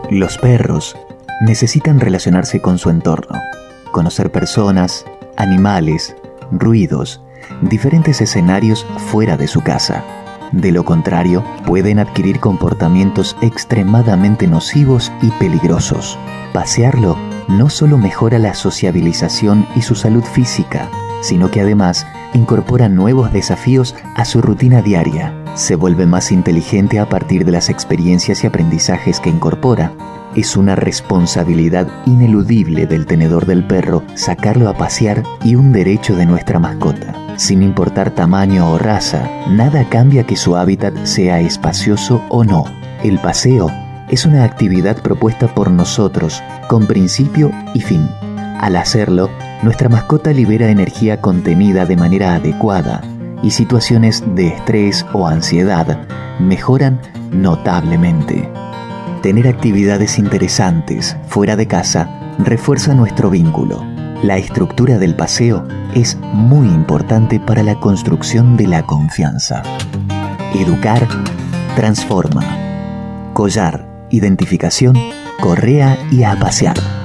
Los perros necesitan relacionarse con su entorno, conocer personas, animales, ruidos, diferentes escenarios fuera de su casa. De lo contrario, pueden adquirir comportamientos extremadamente nocivos y peligrosos. Pasearlo no solo mejora la sociabilización y su salud física, sino que además incorpora nuevos desafíos a su rutina diaria. Se vuelve más inteligente a partir de las experiencias y aprendizajes que incorpora. Es una responsabilidad ineludible del tenedor del perro sacarlo a pasear y un derecho de nuestra mascota. Sin importar tamaño o raza, nada cambia que su hábitat sea espacioso o no. El paseo es una actividad propuesta por nosotros, con principio y fin. Al hacerlo, nuestra mascota libera energía contenida de manera adecuada y situaciones de estrés o ansiedad mejoran notablemente. Tener actividades interesantes fuera de casa refuerza nuestro vínculo. La estructura del paseo es muy importante para la construcción de la confianza. Educar transforma. Collar, identificación, correa y a pasear.